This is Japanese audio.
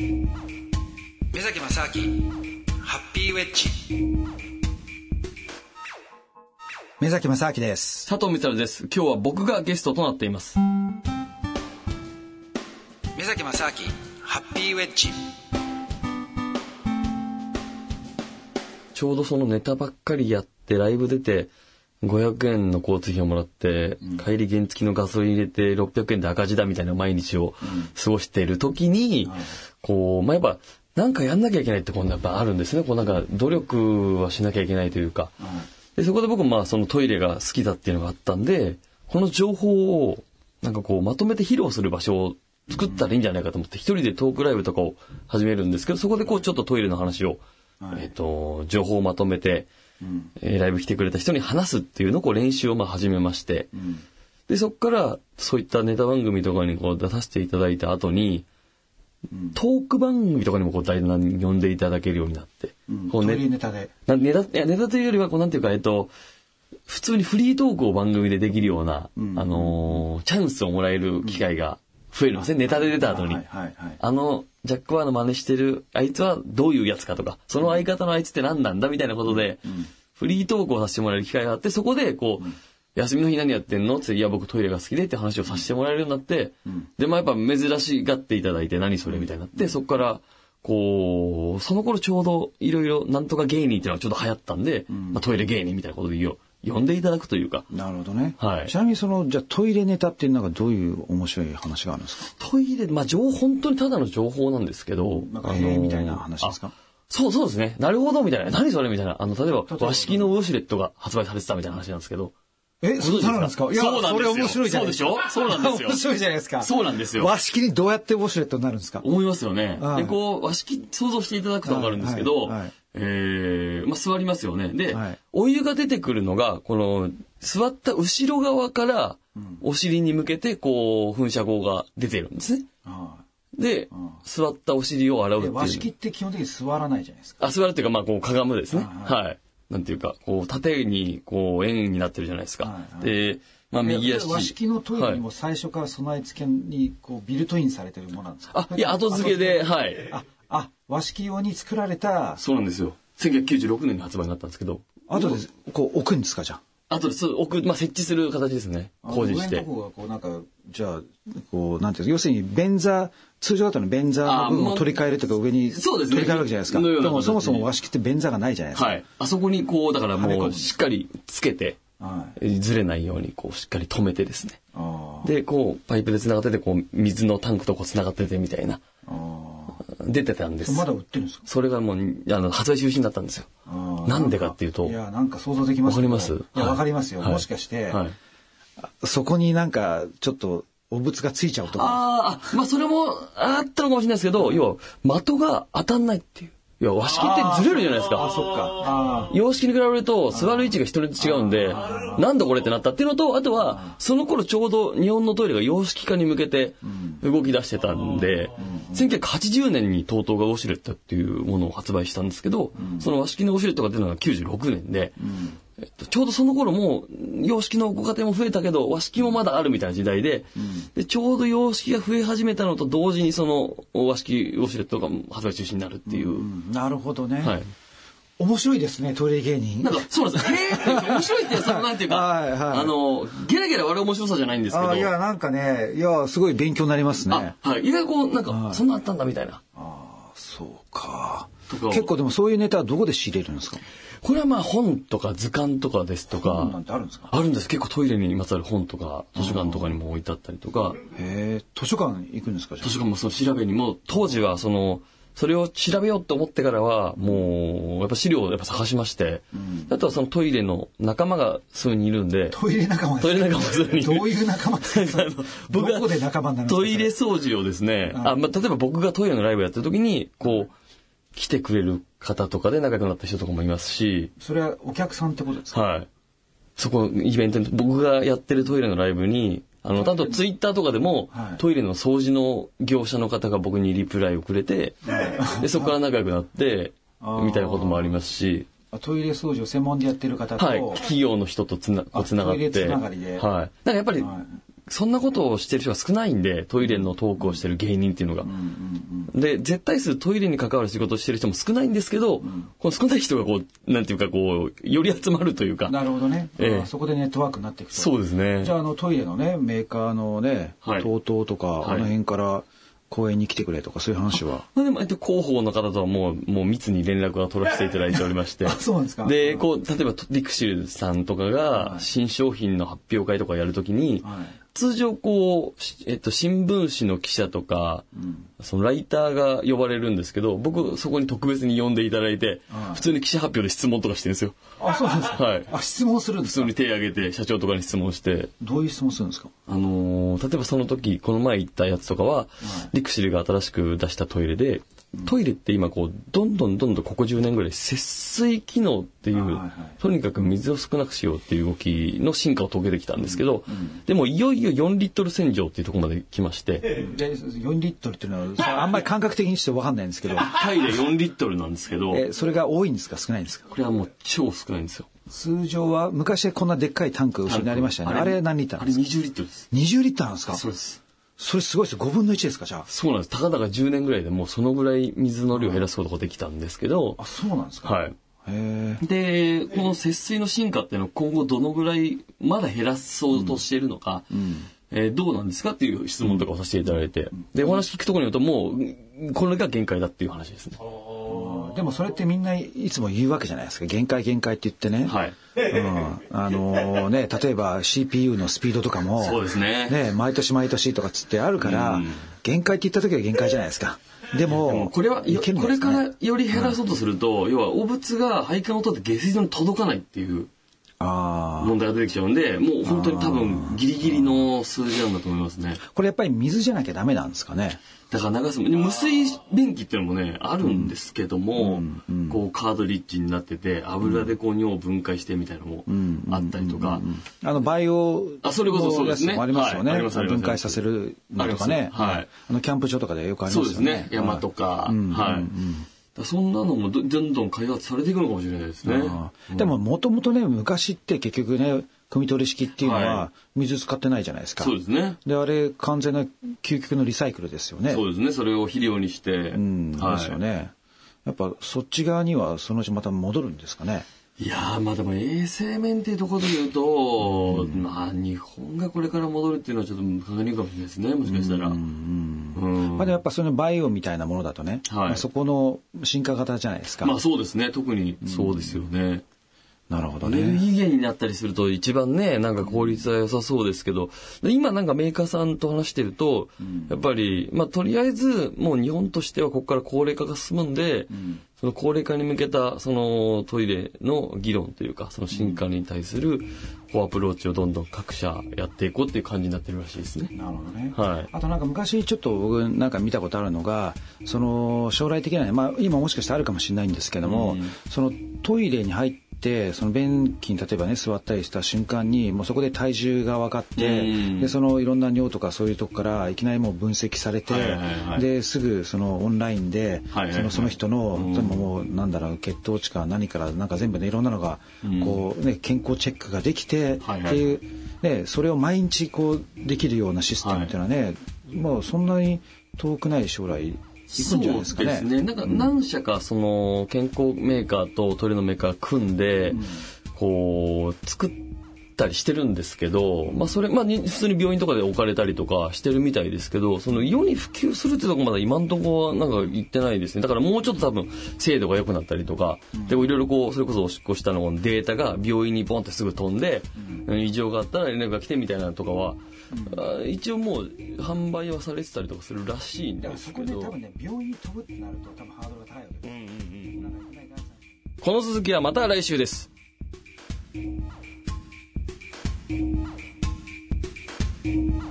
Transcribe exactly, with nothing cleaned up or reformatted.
目崎正明ハッピーウェッジ。目崎正明です。 佐藤光です。今日は僕がゲストとなっています。 目崎正明ハッピーウェッジ。 ちょうどそのネタばっかりやってライブ出てごひゃくえんの交通費をもらって、うん、帰り原付きのガソリン入れてろっぴゃくえんで赤字だみたいな毎日を過ごしている時に、うん、こうまあやっぱなんかやんなきゃいけないって今度やっぱあるんですね。こうなんか努力はしなきゃいけないというか、うん、でそこで僕もまあそのトイレが好きだっていうのがあったんで、この情報をなんかこうまとめて披露する場所を作ったらいいんじゃないかと思って一人でトークライブとかを始めるんですけど、そこでこうちょっとトイレの話を、はい、えっと情報をまとめて、うんえー、ライブ来てくれた人に話すっていうのをこう練習をまあ始めまして、うん、でそこからそういったネタ番組とかにこう出させていただいた後に、うん、トーク番組とかにもこう呼んでいただけるようになって、 うん、こうね、トイレネタでなネタいやネタというよりはこうなんていうかえっと普通にフリートークを番組でできるような、うんあのー、チャンスをもらえる機会が増えるんですね、うん、ネタで出た後に、はいはいはい、あのジャック・ワーの真似してるあいつはどういうやつかとか、その相方のあいつって何なんだみたいなことで、うん、フリートークをさせてもらえる機会があって、そこでこう、うん、休みの日何やってんのって、いや僕トイレが好きでって話をさせてもらえるようになって、うん、でまあやっぱ珍しがっていただいて何それみたいになって、うん、そこからこうその頃ちょうどいろいろなんとか芸人っていうのがちょっと流行ったんで、うんまあ、トイレ芸人みたいなことで言おう呼んでいただくというか。 なるほどね。 はい。 ちなみにそのじゃあトイレネタっていうのがどういう面白い話があるんですか。 トイレまあ情報本当にただの情報なんですけど、 なんかへえみたいな話ですか。 そうそうですね。なるほどみたいな、何それみたいな、あの例えば和式のウォシュレットが発売されてたみたいな話なんですけど。 え、そうなんですか。いや、 そうなんですよ。 それ面白いじゃないですか。 そうでしょ。そうなんですよ。 面白いじゃないですか。 そうなんですよ。 和式にどうやってウォシュレットになるんですか。 思いますよね。でこう和式想像していただくと分かるんですけど。はいはいはいえーまあ、座りますよね。で、はい、お湯が出てくるのがこの座った後ろ側からお尻に向けてこう噴射口が出てるんですね。うん、で、うん、座ったお尻を洗うっていう。 和式って基本的に座らないじゃないですか。 あ、座るっていうかまあこうかがむですね。はい、はい。なんていうかこう縦にこう円になってるじゃないですか。はいはい、で、まあ右足。 和式のトイレにも最初から備え付けにこうビルトインされてるものなんですか。 あ、いや後付けではい。 ああ和式用に作られた。 そうなんですよ。せんきゅうひゃくきゅうじゅうろくねんに発売になったんですけど。 後でこう置くんですかじゃあ。後でそう置くまあ設置する形ですね。工事して。 上のとこがこうなんかじゃあこうなんていう要するに便座通常だとの便座の部分を取り替えるというか上に取り替えるわけじゃないですか。でもそもそも和式って便座がないじゃないですか。 はい。あそこにこうだからもうしっかりつけて。はい、ずれないようにこうしっかり止めてですね。でこうパイプでつながっててこう水のタンクとこうつながっててみたいな出てたんです。 まだ売ってるんですか。 それがもうあの発売中止になったんですよ。なんでかっていうと。 いやなんか想像できます。 わかります。 いやわかりますよ。はい、もしかして、はい、そこになんかちょっと汚物がついちゃうとか。 ああまあそれもあったのかもしれないですけど、うん、要は的が当たんないっていう。いや和式ってずれるじゃないですか。 あ、そっか。 洋式に比べると座る位置が一人ずつ違うんで、なんだこれってなったっていうのと、あとはその頃ちょうど日本のトイレが洋式化に向けて動き出してたんで、せんきゅうひゃくはちじゅうねんに トートー がウォシュレットっていうものを発売したんですけど、その和式のウォシュレットが出たのがきゅうじゅうろくねんで、えっと、ちょうどその頃も洋式のご家庭も増えたけど和式もまだあるみたいな時代 で,、うん、でちょうど洋式が増え始めたのと同時にその和式ウォシュレットが発売中止になるっていう、うん、 なるほどね、 はい、 面白いですねトイレ芸人。 なんかそうなんです。へー面白いってそのなんていうかはい、はい、あのゲラゲラ笑う面白さじゃないんですけど、 あいやなんかねいやすごい勉強になりますね。 あ、はい、意外とこうなんかそんなあったんだみたいな。 あそうか。結構でもそういうネタはどこで仕入れるんですか。 これはまあ本とか図鑑とかですとか。 本なんてあるんですか。 あるんです。結構トイレにまつわる本とか図書館とかにも置いてあったりとか。 へえ。図書館行くんですか。 図書館もその調べにも当時はそのそれを調べようと思ってからはもうやっぱ資料をやっぱ探しまして、うん、あとはそのトイレの仲間が数人いるんで。 トイレ仲間ですか。 トイレ仲間数人。 どういう仲間ですか。僕がどこで仲間になるんですか。 トイレ掃除をですね。あ、まあ例えば僕がトイレのライブやってる時にこう。来てくれる方とかで仲良くなった人とかもいますし。 それはお客さんってことですか。 はい。そこイベントに僕がやってるトイレのライブにあの、あとツイッターとかでも、はい、トイレの掃除の業者の方が僕にリプライをくれて、はい、でそこから仲良くなってみたいなこともありますし。 トイレ掃除を専門でやってる方と、 はい、企業の人とつな、こうつながって、 トイレつながりで、 はい、なんかやっぱり、はい、 そんなことをしてる人が少ないんで、トイレのトークをしてる芸人っていうのが。で、絶対数トイレに関わる仕事をしてる人も少ないんですけど、この少ない人がこう、なんていうかこう、より集まるというか。 なるほどね。ええ、そこでネットワークになっていくと。 そうですね。 じゃあ、あの、トイレのね、メーカーのね、はい、トートーとか、はい、あの辺から公園に来てくれとか、そういう話は。 まあ、でも、広報の方とはもう、もう密に連絡が取らせていただいておりまして。 あ、そうなんですか。 で、こう、例えば、リクシルさんとかが、新商品の発表会とかやるときに、はい、通常こう、えっと、新聞紙の記者とか、うん、そのライターが呼ばれるんですけど、僕そこに特別に呼んでいただいて、普通に記者発表で質問とかしてるんですよ。 あ、そうなんですか。 はい。 あ、質問するんですか。 普通に手を挙げて社長とかに質問して。 どういう質問するんですか。 あのー、例えばその時、この前言ったやつとかは、はい、リクシルが新しく出したトイレで、トイレって今こうどんどんどんどんここじゅうねんぐらい節水機能っていう、はいはい、とにかく水を少なくしようっていう動きの進化を遂げてきたんですけど、うんうん、でもいよいよよんリットル洗浄っていうところまで来まして、 でよんリットルっていうのはあんまり感覚的にして分かんないんですけど、 タイでよんリットルなんですけど、 えそれが多いんですか少ないんですか。 これはもう超少ないんですよ。 通常は昔はこんなでっかいタンク後ろにありましたよね。あれ何リットルなんですか。 あれにじゅうリットルです。 にじゅうリットルなんですか。 そうです。 それすごいです。ごぶんのいちですか。じゃあそうなんです。たかだかじゅうねんぐらいでもうそのぐらい水の量を減らすことができたんですけど。 あ、そうなんですか。 はい。へで、この節水の進化っていうのは今後どのぐらいまだ減らそうとしているのか、うんうんえー、どうなんですかっていう質問とかをさせていただいて、うん、でお話聞くところによるともうこれが限界だっていう話ですね。 でもそれってみんないつも言うわけじゃないですか。限界限界って言ってね。はい。うん、あのー、ね、例えば シーピーユー のスピードとかも。 そうですね。 ね、毎年毎年とかつってあるから、うん、限界って言った時は限界じゃないですか。でも、でもこれは、ね、これからより減らそうとすると、うん、要は汚物が配管を通って下水道に届かないっていう問題が出てきちゃうんで、もう本当に多分ギリギリの数字なんだと思いますね。 これやっぱり水じゃなきゃダメなんですかね。 だから流す無水便器っていうのもねあるんですけども、うんうん、こうカードリッジになってて油でこう尿を分解してみたいなのもあったりとか、うんうんうん、 あのバイオあそれこそそうですねありますよね、はい、分解させるのとかね、 はい、 あのキャンプ場とかでよくありますよね。 そうですね山とか、はい、うんうんうんだそんなのもどどんどん開発されていくのかもしれないですね。 うん、でももともとね昔って結局ね汲み取り式っていうのは水使ってないじゃないですか。 そうですね。 であれ完全な究極のリサイクルですよね。 そうですね。それを肥料にして、 うん、はい、ですよね。やっぱそっち側にはそのうちまた戻るんですかね。 いやーまあでも衛生面っていうところで言うと、うん、まあ日本がこれから戻るっていうのはちょっと考えにくいかもしれないですね。もしかしたら。うんうん、まあでもやっぱそのバイオみたいなものだとね、はいまあ、そこの進化型じゃないですか。 まあそうですね。特にそうですよね。うんなるほどね。 エネルギー源になったりすると一番ねなんか効率は良さそうですけど、今なんかメーカーさんと話してると、うん、やっぱりまあとりあえずもう日本としてはここから高齢化が進むんで、うん、その高齢化に向けたそのトイレの議論というかその進化に対するこうアプローチをどんどん各社やっていこうっていう感じになってるらしいですね。 なるほどね。 はい。 あとなんか昔ちょっと僕なんか見たことあるのがその将来的なまあ今もしかしてあるかもしれないんですけども、うん、そのトイレに入ってでその便器に例えばね座ったりした瞬間にもうそこで体重が分かって、うん、でそのいろんな尿とかそういうとこからいきなりもう分析されて、はいはいはい、ですぐそのオンラインで、はいはいはい、そのその人の、うん、でももうなんだろう血糖値か何からなんか全部ねいろんなのがこう、ね、健康チェックができて、はいはい、っていう、ね、それを毎日こうできるようなシステムっていうのはね、はい、もうそんなに遠くない将来行くんじゃないですかね。 そうですね。なんか何社かその健康メーカーとトイレのメーカー組んで、うん、こう作ったりしてるんですけど、まあそれまあ普通に病院とかで置かれたりとかしてるみたいですけど、その世に普及するってとこまだ今のところはなんか言ってないですね。だからもうちょっと多分精度が良くなったりとか、うん、でもいろいろこうそれこそおしっこしたのデータが病院にボンってすぐ飛んで、うん、異常があったら連絡が来てみたいなのとかは。うん、一応もう販売はされてたりとかするらしいんですけど、 そこで多分ね病院に飛ぶってなると多分ハードルが高いわけです、うんうんうん、 この続きはまた来週です。 うん